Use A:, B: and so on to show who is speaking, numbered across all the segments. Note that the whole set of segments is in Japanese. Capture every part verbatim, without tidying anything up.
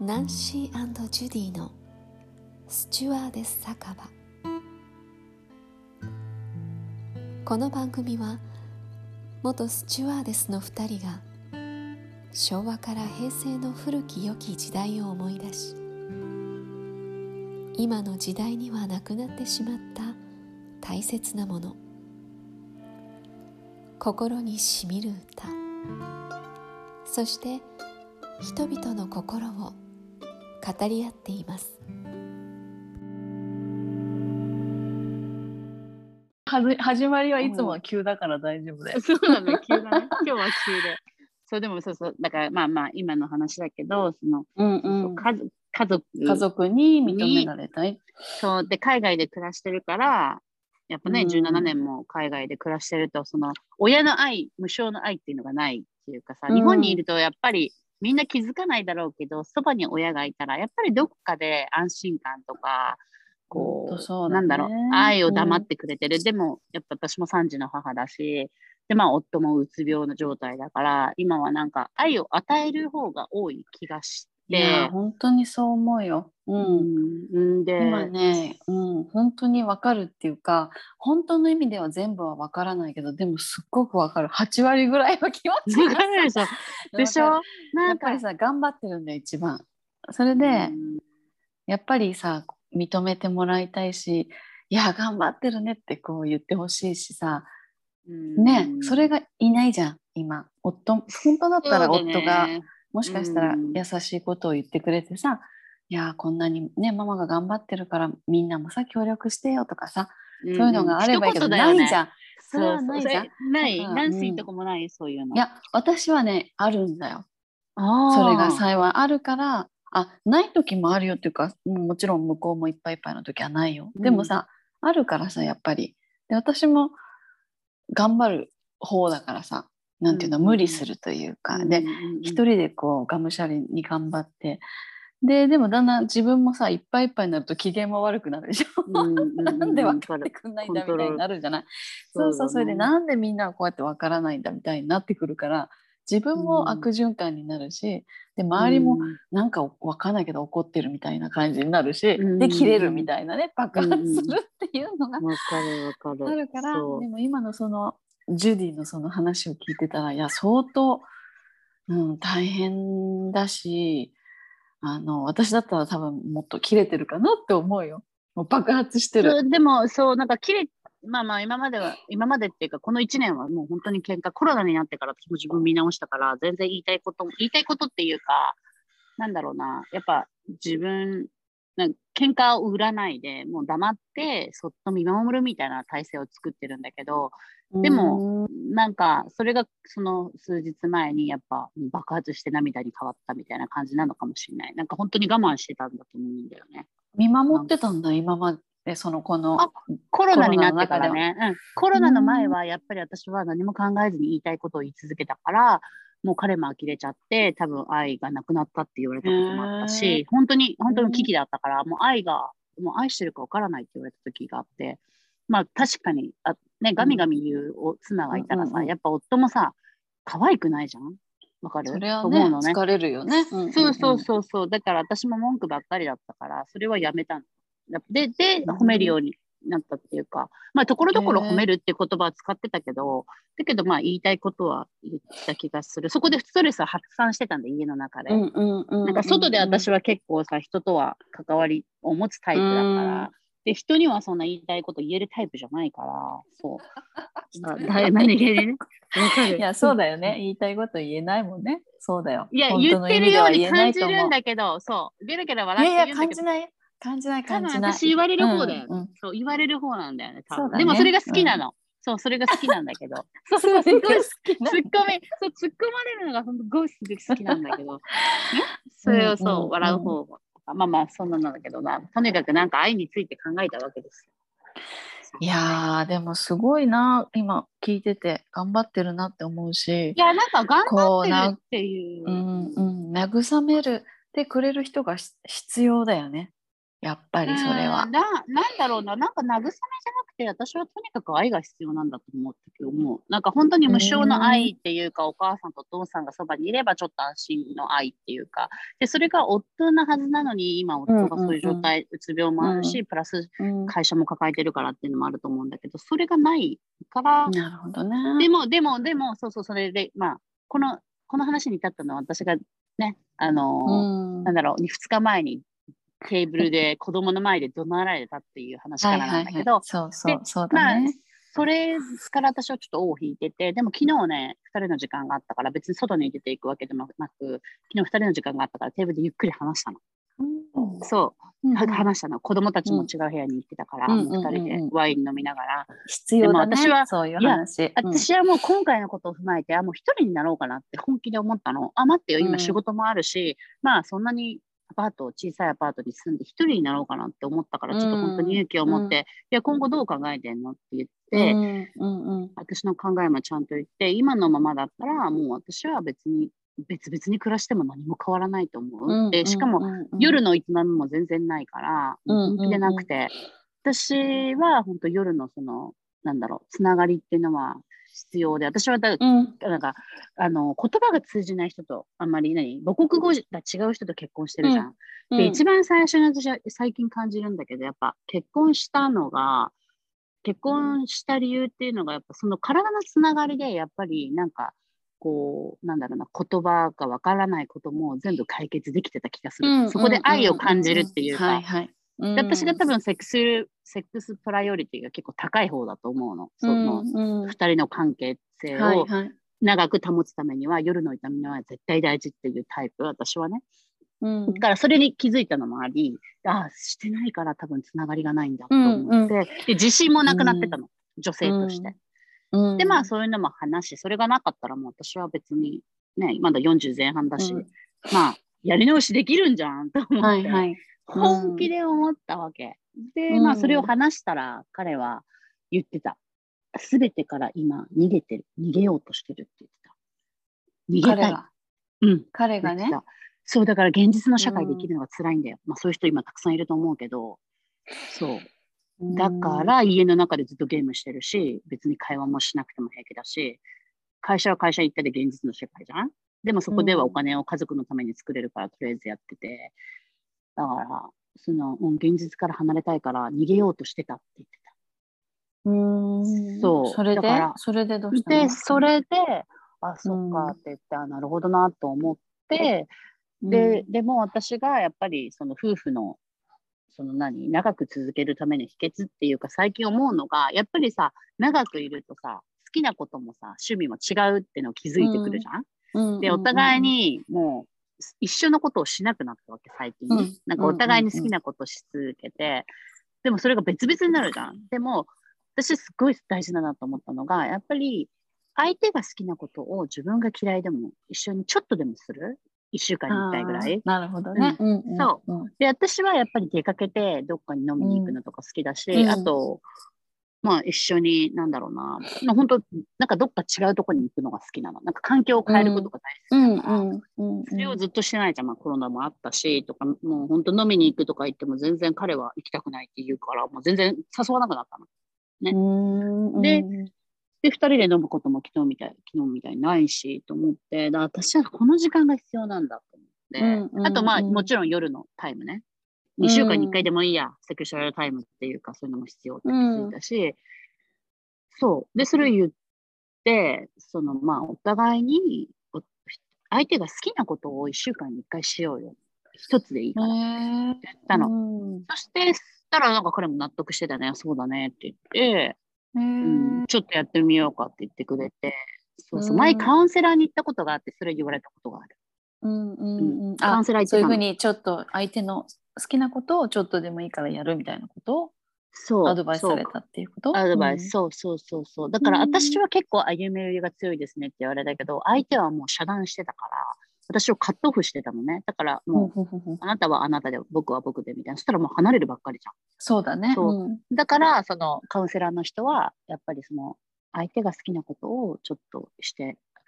A: ナンシー&ジュディのスチュワーデス酒場。この番組は元スチュワーデスのふたりが昭和から平成の古き良き時代を思い出し、今の時代にはなくなってしまった大切なもの、心にしみる歌、そして人々の心を語り合っています。
B: はず始まりはいつもは急だから大丈夫だよ。
C: そうなの、急だね。今日は急で。そうでもそうそうだからまあまあ今の話だけど、その、
B: うんうん、
C: そうそう家族家族
B: 家族に認められたい。
C: そうで海外で暮らしてるから、やっぱね、
B: うん、
C: じゅうななねんも海外で暮らしてると、その親の愛、無償の愛っていうのがないっていうかさ、日本にいるとやっぱりみんな気づかないだろうけど、そばに親がいたらやっぱりどこかで安心感とか、こう、
B: そうだね、
C: なんだろう、愛を黙ってくれてる。うん、でも、やっぱ私もさん児の母だし、で、まあ、夫もうつ病の状態だから、今はなんか愛を与える方が多い気がして。
B: いや、本当にそう思うよ。うん。うん、で今ね、うん、本当にわかるっていうか、本当の意味では全部はわからないけど、でもすっごくわかる。はちわりぐらいは気持ちが
C: でしょ。でしょ。
B: やっぱりさ、頑張ってるんだよ、一番。それで、やっぱりさ、認めてもらいたいし、いや頑張ってるねってこう言ってほしいしさ、ね、それがいないじゃん今。夫、本当だったら夫が、ね、もしかしたら優しいことを言ってくれてさ、いやこんなにねママが頑張ってるからみんなもさ協力してよとかさ、そういうのがあればいいけど、ないじゃん。それはないじゃん。
C: ないナンシーとこもない、そういうの。
B: いや私はねあるんだよ。それが幸いあるから。あ、ない時もあるよっていうか、もちろん向こうもいっぱいいっぱいの時はないよ。でもさ、うん、あるからさ、やっぱり。で、私も頑張る方だからさ、なんていうの、うん、無理するというか、うん、で、一人でこう、がむしゃらに頑張って、で、でもだんだん自分もさ、いっぱいいっぱいになると機嫌も悪くなるでしょ。うん、なんで分かってくんないんだみたいになるじゃない。そうそう、それでなんでみんなはこうやって分からないんだみたいになってくるから、自分も悪循環になるし、で周りもなんか分かんないけど怒ってるみたいな感じになるし、うん、で切れるみたいなね、爆発するっていうのが、うん、かるわかるあるから。でも今のそのジュディのその話を聞いてたら、いや相当、うん、大変だし、あの私だったら多分もっと切れてるかなって思うよ。もう爆発してる。
C: でもそうなんか切れまあまあ今までは、今までっていうかこのいちねんはもう本当に喧嘩、コロナになってから私も自分見直したから全然言いたいことも、言いたいことっていうか、なんだろうな、やっぱ自分、なん喧嘩を売らないで、もう黙ってそっと見守るみたいな体制を作ってるんだけど、でもなんかそれがその数日前にやっぱ爆発して涙に変わったみたいな感じなのかもしれない。なんか本当に我慢してたんだと思うんだよね。
B: 見守ってたんだ、今まで。でそのこの
C: あコロナになってからね、うん、コロナの前はやっぱり私は何も考えずに言いたいことを言い続けたから、もう彼も呆れちゃって多分愛がなくなったって言われたこともあったし、本当に本当に危機だったから、もう愛がもう愛してるか分からないって言われた時があって、まあ確かにあ、ね、ガミガミ言う妻がいたらさ、うん、やっぱ夫もさ可愛くないじゃん。わかる？
B: それはね、ね疲れるよね。
C: そうそうそうそう。だから私も文句ばっかりだったからそれはやめたの。で、で、褒めるようになったっていうか、まあ、ところどころ褒めるって言葉は使ってたけど、だけど、まあ、言いたいことは言った気がする。そこでストレスを発散してたんで、家の中で。なんか、外で私は結構さ、人とは関わりを持つタイプだから、で、人にはそんな言いたいこと言えるタイプじゃないから、そう。何気にね。わかる。
B: いや、そうだよね。言いたいこと言えないもんね。そうだよ。
C: いや、言ってるように感じるんだけど、そう。ゲラゲラ笑って言うんだけど。
B: いやいや、感じない。感じない感じない。
C: 私言われる方だよね、うんうん。そう、言われる方なんだよね、多分。ね、でもそれが好きなの。うん、そう、それが好きなんだけど。そうそう、すごい好き。ツッコミ、そう、突っ込まれるのが本当ごい好きなんだけど。ね、それをそう、うんうん、笑う方も。まあまあ、そんなのだけどな。とにかくなんか愛について考えたわけですよ。
B: いやー、でもすごいな。今聞いてて頑張ってるなって思うし。
C: いや、なんか頑張ってるっていう。
B: うんうん、慰める。てくれる人が必要だよね。 やっぱ
C: う
B: りそれは。
C: ん、な、なんだろうな、なんか慰めじゃなくて、私はとにかく愛が必要なんだと思ったけども、なんか本当に
B: う
C: 無償の
B: ーん。
C: 愛っていうか、お母さんとお父さんがそばにいればちょっと安心の愛っていうか、で、それが夫なはずなのに、今
B: うん
C: 夫がそういう
B: うん
C: 状態、うつ病もある
B: うん。
C: し、プラス
B: うん。
C: 会社も抱えてるからっていうのもあると思うんだけど、それがないから、
B: なるほどね。
C: でも、でも、でも、そうそう、それで、まあ、この、この話に至ったのは私がね、あ
B: う
C: のーなん
B: ん。
C: だろう、ふつかまえにテーブルで子供の前で怒鳴られたっていう話
B: はい
C: からな
B: はいはい。
C: んだけど、
B: そうそ
C: で、
B: う、そうだ
C: まあ、
B: ね。
C: それから私はちょっと尾を引いてて、でも昨日ね、二人の時間があったから別に外に出ていくわけでもなく、昨日二人の時間があったからテーブルでゆっくり話したの。
B: うん
C: そう、は
B: うんうん
C: 話したの。子供たち
B: うん
C: も違う部屋に行ってたから、
B: うん
C: もう二人で
B: うんうん。
C: ワイン飲みながら。
B: 必
C: でも
B: 要だね、
C: 私は、
B: そういう
C: いや、
B: 話。うん。
C: 私はもう今回のことを踏まえて、あ、もう一人になろうかなって本気で思ったの。あ、待ってよ、今仕
B: うん。
C: 事もあるし、まあそんなにアパート、小さいアパートに住んで一人になろうかなって思ったから、
B: う
C: ちょっと本当に
B: ん。
C: 勇気を
B: うん。
C: 持って、いや、今後どう考えてんのって言っ
B: う
C: て、
B: ん。うん。うん。
C: 私の考えもちゃんと言って、今のままだったら、もう私は別に、別々に暮らしても何も変わらないと思う。で、しか
B: うん。
C: も
B: うん。うん。
C: 夜の営みも全然ないから、
B: うん。
C: もう本気でなく
B: うん。
C: て、私は本当夜のその、なんだろう、つながりっていうのは必要で、私はだ、
B: うん。
C: なんか、あの、言葉が通じない人と、あんまり何、母国語が違う人と結婚してるじゃん。で、一番最初に私は最近感じるんだけど、やっぱ結婚したのが、結婚した理由っていうのが、やっぱその体のつながりで、やっぱりなんか、こう、なんだろうな、言葉がわからないことも全部解決できてた気がする。
B: うん。
C: そこで
B: うん。
C: 愛を
B: うん。
C: 感じるっ
B: うん。
C: ていうか、
B: はいはい。う
C: で私が
B: ん。
C: 多分セックス、セックスプライオリティが結構高い方だと思うの。その、
B: うん。うん。
C: 二人の関係性を
B: はいはい。
C: 長く保つためには、夜の痛みは絶対大事っていうタイプ、私はね。だ
B: うん。
C: からそれに気づいたのもあり、ああ、してないから多分つながりがないんだ
B: うん。
C: と思っ
B: うん。
C: て、で、自信もなくなってた
B: うん。
C: の。女
B: う
C: 性として。
B: ん。う
C: で、まあ
B: ん。
C: そういうのも話し、それがなかったらもう私は別に、ね、まだよんじゅう前半だし、
B: うん。
C: まあ、やり直しできるんじゃんと思って、
B: はいはい。う
C: 本気
B: ん。
C: で思ったわけ。
B: う
C: で、まあそれを
B: ん。
C: 話したら彼は言ってた。すべてから今逃げてる。逃げようとしてるって言ってた。逃げたい。
B: 彼が。
C: うん。
B: 彼がね。
C: 言ってた。そう、だから現実の社会で生き
B: うん。
C: るのが辛いんだよ。まあそういう人今たくさんいると思うけど、そう。
B: う
C: だか
B: ん。
C: ら家の中でずっとゲームしてるし、別に会話もしなくても平気だし、会社は会社行ったで現実の世界じゃん。でもそこではお
B: うん。
C: 金を家族のために作れるからとりあえずやってて、だから、その、うん、現実から離れたいから逃げようとしてたって言ってた。
B: うん。
C: そう。
B: それで
C: だから、
B: それでどうした
C: で、
B: の？
C: それで、あ、そっか
B: うん。
C: って言って、あ、なるほどなと思って、で、
B: うん。
C: でも私がやっぱりその夫婦の、その何、長く続けるための秘訣っていうか最近思うのが、やっぱりさ、長くいるとさ、好きなこともさ、趣味も違うっていうのを気づいてく
B: うん。
C: るじゃん。
B: うん。
C: で、お
B: うん。うん。
C: 互いにもう一緒のことをしなくなったわけ、最近。
B: うん。
C: なんかお
B: うん。うん。
C: 互いに好きなことをし続けて、でもそれが別々になるじゃん。でも、私すっごい大事だなと思ったのが、やっぱり相手が好きなことを自分が嫌いでも一緒にちょっとでもする。一週間に一回ぐら
B: ああ、
C: い。
B: なるほどね。
C: うん。
B: うん。
C: そう。
B: うん。
C: で、私はやっぱり出かけてどっかに飲みに行く
B: うん。
C: のとか好きだし、あ
B: うん。
C: と、まあ一緒に、なんだろうな、まあ、本当なんかどっか違うところに行くのが好きなの。なんか環境を変えること
B: うん。
C: が大
B: うん。
C: 好きだから、
B: うん。うん。
C: それを
B: うん。
C: ずっとしてないじゃん。まあコロナもあったし、とか、もう本当飲みに行くとか言っても全然彼は行きたくないって言うから、もう全然誘わなくなったの。
B: う
C: ね。で、
B: ん。うん。
C: で、二人で飲むことも昨日みたい、昨日みたいにないし、と思って、だ私はこの時間が必要なんだと思って、
B: うん。
C: あとまあ、も
B: うん。
C: ちろん夜のタイムね。
B: う
C: にしゅうかんにいっかい
B: ん。
C: でもいいや、セクシュアルタイムっていうか、そういうのも必要っ
B: う
C: て気づい
B: ん。
C: たし、そう。で、それを言って、そのまあ、お互いに、お相手が好きなことをいっしゅうかんにいっかいしようよ。一つでいい
B: へ
C: から。って
B: え。
C: 言った
B: う
C: の。
B: ん。
C: そして、そしたらなんか彼も納得してたね。そうだねって言って、
B: へ
C: うん、
B: え。
C: ちょっとやってみようかって言ってくれて、そう
B: う
C: そう、前カ
B: ん。
C: ウンセラーに行ったことがあって、それ言われたことがある。
B: うんう
C: うん、
B: んうん。あ、
C: カウンセラー行ってたの。
B: そういう風にちょっと相手の好きなことをちょっとでもいいからやるみたいなことをアド
C: そう、そう、
B: バイスされたっていうこと？
C: アドバイス、
B: うん。
C: そうそうそうそう。だ
B: う
C: から私
B: ん。
C: は結構歩み寄りが強いですねって言われたけど、相手はもう遮断してたから、私をカットオフしてたのね。だから
B: ふん
C: もう、
B: ふんふんふん。
C: あなたはあなたで、僕は僕でみたいな。そしたらもう離れるばっかりじゃん。
B: そうだね。
C: そ
B: うん。
C: う。だから、そのカウンセラーの人は、やっぱりその、相手が好きなことをちょっとしてあ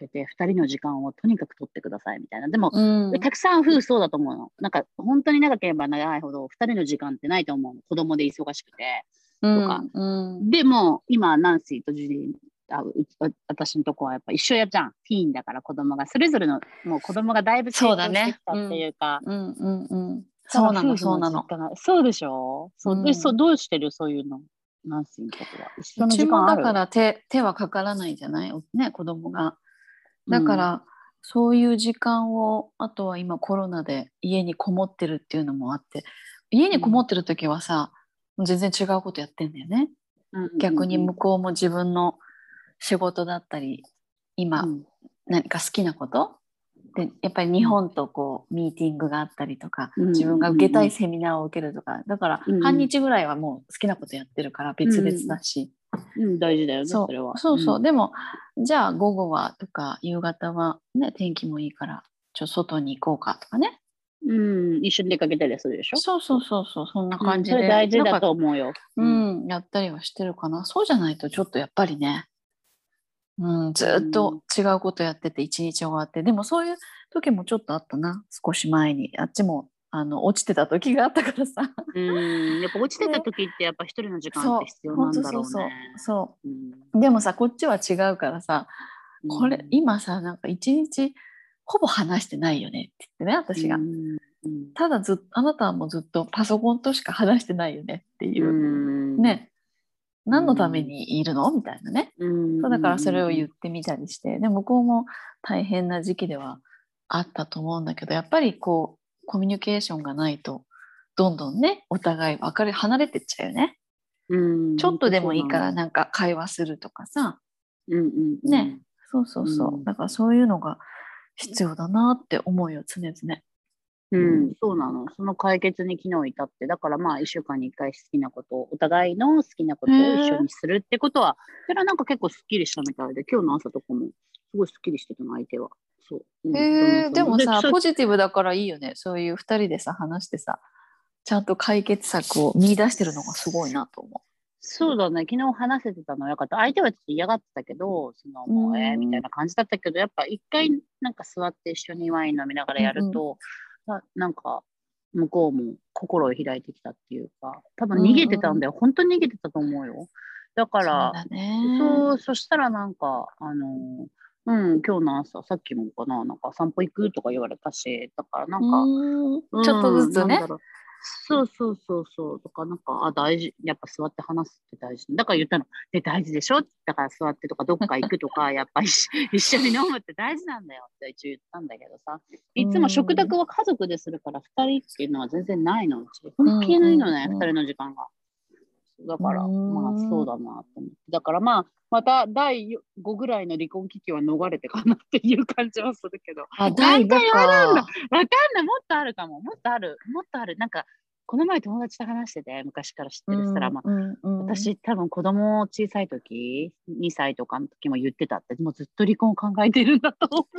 C: けてふたりの時間をとにかく取ってくださいみたいな。でも、
B: うん
C: たくさん夫婦そうだと思うの。なんか本当に長ければ長いほどふたりの時間ってないと思うの。子供で忙しくてとか。
B: うんうん
C: でも今ナンシーとジュリーあう私のとこはやっぱ一緒やじゃん。ティーンだから子供がそれぞれのもう子供がだいぶ成長してきたっていうか。
B: うんうんうん
C: だから
B: そうなの
C: 夫婦
B: そうなの。
C: 時間がそうでしょそう、
B: うん
C: でそうどうしてるそういうのナンシーのとこは。一緒
B: うち
C: の時間ある
B: もだから手手はかからないじゃないね子供が。だか
C: うん
B: ら、そういう時間をあとは今コロナで家にこもってるっていうのもあって家にこもってる時はさ、全然違うことやってんだよね。
C: うん
B: 逆に向こうも自分の仕事だったり今、
C: うん
B: 何か好きなことでやっぱり日本とこうミーティングがあったりとか、
C: うん
B: 自分が受けたいセミナーを受けるとかだから
C: うん
B: 半日ぐらいはもう好きなことやってるから別々だし、
C: うん、大事だよね、
B: そ
C: それは。
B: うそうそう、
C: ん
B: でもじゃあ午後はとか夕方はね天気もいいからちょっと外に行こうかとかね。
C: うん、一緒に出かけたりするでしょ。
B: そうそうそうそうそんな
C: うん、
B: 感じで、
C: それ大事だ
B: なんか
C: と思うよ。
B: う、ん、やったりはしてるかな。そうじゃないとちょっとやっぱりね、うん、ずーっと違うことやってて一日終わって、でもそういう時もちょっとあったな。少し前にあっちもあの落ちてた時があったからさ。
C: うん、やっぱ落ちてた時ってやっぱ一人の時間って必要なんだろうね。
B: そうそう、
C: うん
B: でもさこっちは違うからさ、これ、
C: うん
B: 今さなんか一日ほぼ話してないよねって言ってね私が、
C: うん
B: ただずっあなたはもうずっとパソコンとしか話してないよねっていうう、
C: ん
B: ね何のためにいるのみたいなね、
C: うん
B: そうだからそれを言ってみたりして、で向こうも大変な時期ではあったと思うんだけど、やっぱりこうコミュニケーションがないとどんどんねお互い別れ離れてっちゃうよね。
C: うん
B: ちょっとでもいいから
C: な
B: なんか会話するとかさ、
C: うんうんうん
B: ね、そうそうそう、
C: うん
B: だからそういうのが必要だなって思うよ常々。
C: うん、そうなの。その解決に昨日至って、だからまあ一週間に一回好きなことを、お互いの好きなことを一緒にするってことは、それはなんか結構スッキリしたみたいで、今日の朝とかもすごいスッキリしてたの、相手は。そう。うん、
B: へえ、でもさ
C: そ
B: ポジティブだからいいよね。そういう二人でさ話してさちゃんと解決策を見出してるのがすごいなと思
C: そうだね、昨日話せてたのよかった。相手はちょっと嫌がってたけど、そのもう、えー、みたいな感じだったけど、やっぱ一回なんか座って一緒にワイン飲みながらやると、な, なんか向こうも心を開いてきたっていうか、多分逃げてたんだよ、うんうん、本当に逃げてたと思うよ。だから
B: そうだね、
C: そう、そしたらなんかあのうん今日の朝さっきもかななんか散歩行くとか言われたし、だからなんか
B: うんちょっとずつね、
C: そうそうそうそうとかなんかあ大事、やっぱ座って話すって大事だから言ったので、大事でしょだから座ってとかどっか行くとかやっぱ一緒に飲むって大事なんだよって一応言ったんだけどさ、いつも食卓は家族でするからふたりっていうのは全然ないの、うち関係ないのね、ふたりの時間が。だからまあそうだなと思って、だからまあまただいごぐらいの離婚危機は逃れてかなっていう感じはするけど、
B: あだいごか
C: わかんない、わかんない、もっとあるかも、もっとあるもっとあるなんかこの前友達と話してて、昔から知ってる人ら、まあ、うんうん、私多分子供小さい時にさいとかの時も言ってたって、もうずっと離婚を考えてるんだと思う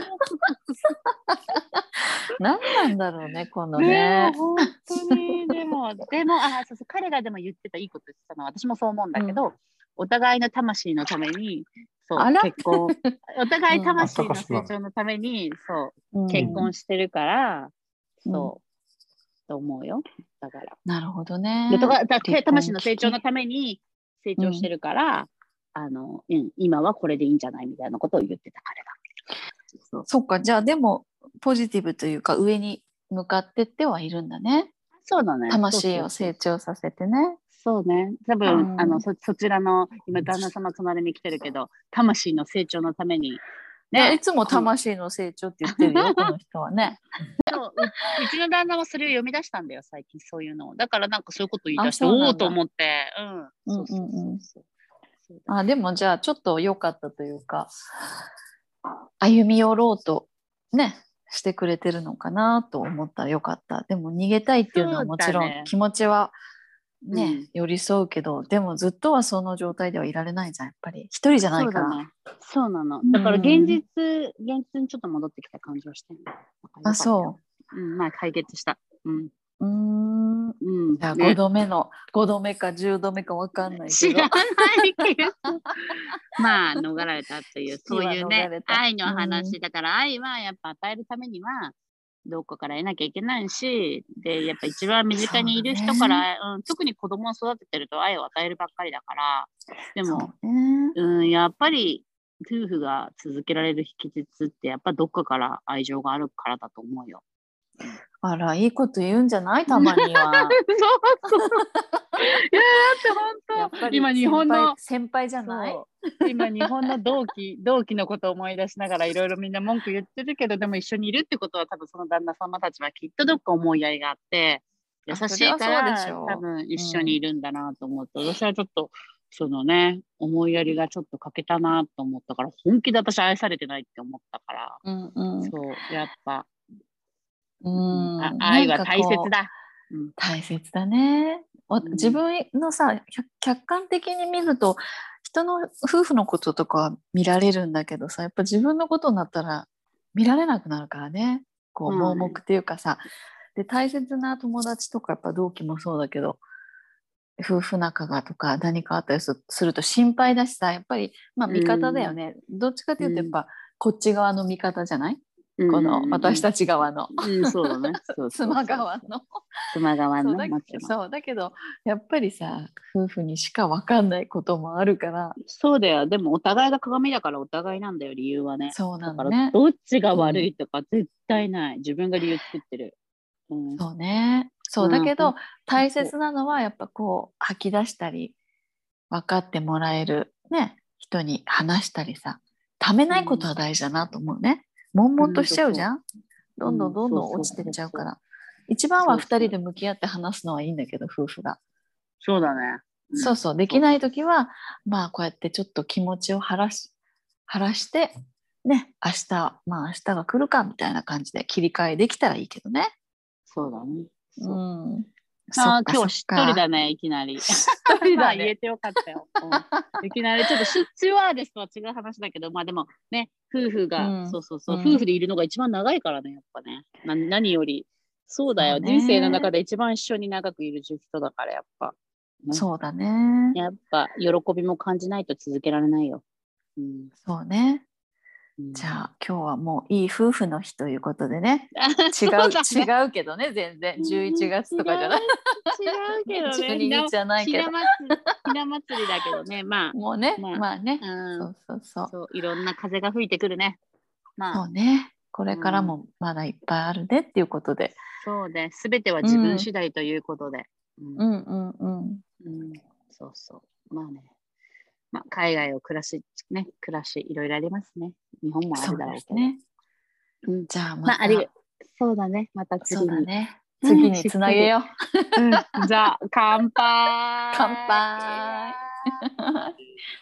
B: 何なんだろうねこのね。
C: 本当にでもでもあそうそう彼がでも言ってたいいこと言ってたのは私もそう思うんだけど、うん、お互いの魂のためにそう結婚お互い魂の成長のために、そう、うん、結婚してるから、うん、そうと思うよ。だから
B: なるほどね。
C: で魂の成長のために成長してるから、うん、あの、うん、今はこれでいいんじゃないみたいなことを言ってた彼が。
B: そう、そっか、じゃあでもポジティブというか上に向かってってはいるんだね。
C: そうだね。
B: 魂を成長させてね。
C: そうね。多分、うん、あの そ, そちらの今旦那様隣に来てるけど、魂の成長のために。
B: ね、いつも魂の成長って言ってるよこの人はね。
C: そう う, うちの旦那はそれを読み出したんだよ最近、そういうのを。だからなんかそういうこと言い出しておおと思って。
B: あでもじゃあちょっと良かったというか、歩み寄ろうとねしてくれてるのかなと思ったらよかった。でも逃げたいっていうのはもちろん気持ちはね、うん、寄り添うけど、でもずっとはその状態ではいられないじゃん、やっぱり一人じゃないから。
C: そうだね、そうなの。だから現実、うん、現実にちょっと戻ってきた感じはしてる。
B: あ、そう。
C: うん、まあ解決した。うん。
B: うーん。
C: うん、
B: じゃあ
C: ね
B: ごどめの、ごどめかじゅうどめかわかんないけど。
C: 知らないけどまあ逃れたというそういう
B: 死は逃
C: ね
B: れた。
C: 愛の
B: うん。
C: 話だから愛はやっぱ与えるためにはどこから得なきゃいけないしでやっぱ一番身近にいる人か
B: そうだね。
C: ら、うん、特に子供を育ててると愛を与えるばっかりだからでも、
B: そうね。
C: うん、やっぱり夫婦が続けられる秘訣ってやっぱどっかから愛情があるからだと思うよ。
B: あら、いいこと言うんじゃないたまには。
C: そうそう。いやだって
B: やっ
C: 本当
B: ぱり
C: 今日
B: 先輩、
C: 本の
B: 先輩じゃない
C: そう今日本の同期同期のことを思い出しながらいろいろみんな文句言ってるけどでも一緒にいるってことは多分その旦那様たちはきっとどっか思いやりがあって優
B: あ、そ
C: しいか
B: れはそうでし
C: ら多
B: ょ
C: 分一
B: う。うん。
C: 緒にいるんだなと思って私はちょっとそのね思いやりがちょっと欠けたなと思ったから本気で私愛されてないって思ったから
B: うんうん。
C: そうやっぱ、
B: う
C: うん、あ
B: ん。なんか
C: 愛は大切
B: こう、
C: だ。うん
B: 大切だね。お自
C: うん
B: 分のさ、客客観的に見ると、人の夫婦のこととかは見られるんだけどさ、やっぱ自分のことになったら見られなくなるからね。こう、
C: まあね
B: 盲目っていうかさ。で、大切な友達とか、やっぱ同期もそうだけど、夫婦仲がとか何かあったりすすると心配だしさ、やっぱり、まあ
C: う
B: 味方だよ
C: ん
B: ね。どっちかというと、やっ
C: うん
B: ぱこっち側の味方じゃない
C: うん
B: この
C: うんうん
B: 私たち側の。
C: うんうんそうだねそうそうそう
B: 妻
C: そう
B: 側の。
C: 妻側
B: そうだ、
C: のもちろん。
B: そうだけど、やっぱりさ、夫婦にしか分かんないこともあるから、
C: そうだよ。でもお互いが鏡だからお互いなんだよ、理由はね。
B: そうな
C: だから
B: のね。
C: どっちが
B: うん、
C: 悪いとか絶対ない。自分が理由作ってる。うん。
B: そうね。そうだ
C: まあ、ほん
B: けど、
C: とそ
B: 大切なのはやっぱこう、吐き出したり、分かってもらえる、ね、人に話したりさ、ため
C: う。う
B: ないこと
C: ん。
B: は大事だなと思うね。悶々とし
C: ほんとそ
B: ちゃうじゃん。
C: う。う
B: どんどん
C: ん。
B: どんどん
C: そうそう
B: 落ちてっ
C: そうそう。
B: ちゃうから。一番は
C: そうそう。
B: 二人で向き合って話すのはいいんだけど、夫婦が。
C: そうだね。うん。
B: そうそう、できないときは、まあ、こうやってちょっと気持ちを晴らし、晴らして、ね、明日、まあ、明日が来るかみたいな感じで切り替えできたらいいけどね。
C: そうだね。
B: う
C: そう。
B: ん。そ
C: ああ、
B: っかそっ
C: 今日しっとり
B: か。
C: だね、いきなり。
B: 一人
C: まあ
B: だね。
C: 言えてよかったよ。うん、いきなりちょっとシチュワーデスとは違う話だけど、まあでもね、夫婦が、
B: うん。
C: そうそうそう、夫
B: うん。
C: 婦でいるのが一番長いからね、やっぱね。な何より、そうだ
B: そう
C: よ。人生の中
B: ね。
C: で一番一緒に長くいる人だから、やっぱ。ね。
B: そうだね。
C: やっぱ、喜びも感じないと続けられないよ。うん。
B: そうね。
C: うん、
B: じゃあ、今日はもういい夫婦の日ということでね。
C: あ
B: 違
C: そう
B: う、
C: だね。
B: 違うけどね、全然。じゅういちがつ
C: 違う、
B: とかじゃない。
C: 違うけど
B: 12
C: ね。ひな、
B: 日じゃない
C: ひ
B: けど。
C: な祭り、ひな祭りだけどね。まあ、
B: もうね、
C: まあ、
B: まあね。
C: うん。
B: そうそうそう。
C: そう、いろんな風が吹いてくるね。まあ、
B: そうね。これから
C: うん、
B: もまだいっぱいあるねっていうことで。
C: そうね。すべては
B: う
C: 自分
B: ん。
C: 次第ということで。う。
B: うんんうんうん。
C: うん、そうそう。まあね。まあ、海外を暮らし、ね、暮らし、いろいろありますね。日本もあ
B: そう
C: るだろうけど。
B: ですね。
C: うん。
B: じゃあま
C: まあ、あり、
B: た、
C: そうだね。また
B: そう
C: 次に。
B: だね。
C: うん、
B: 次に
C: しっとり。
B: つなげよう。
C: うん。じゃあ、乾
B: 乾
C: 杯。いや
B: 杯。
C: ー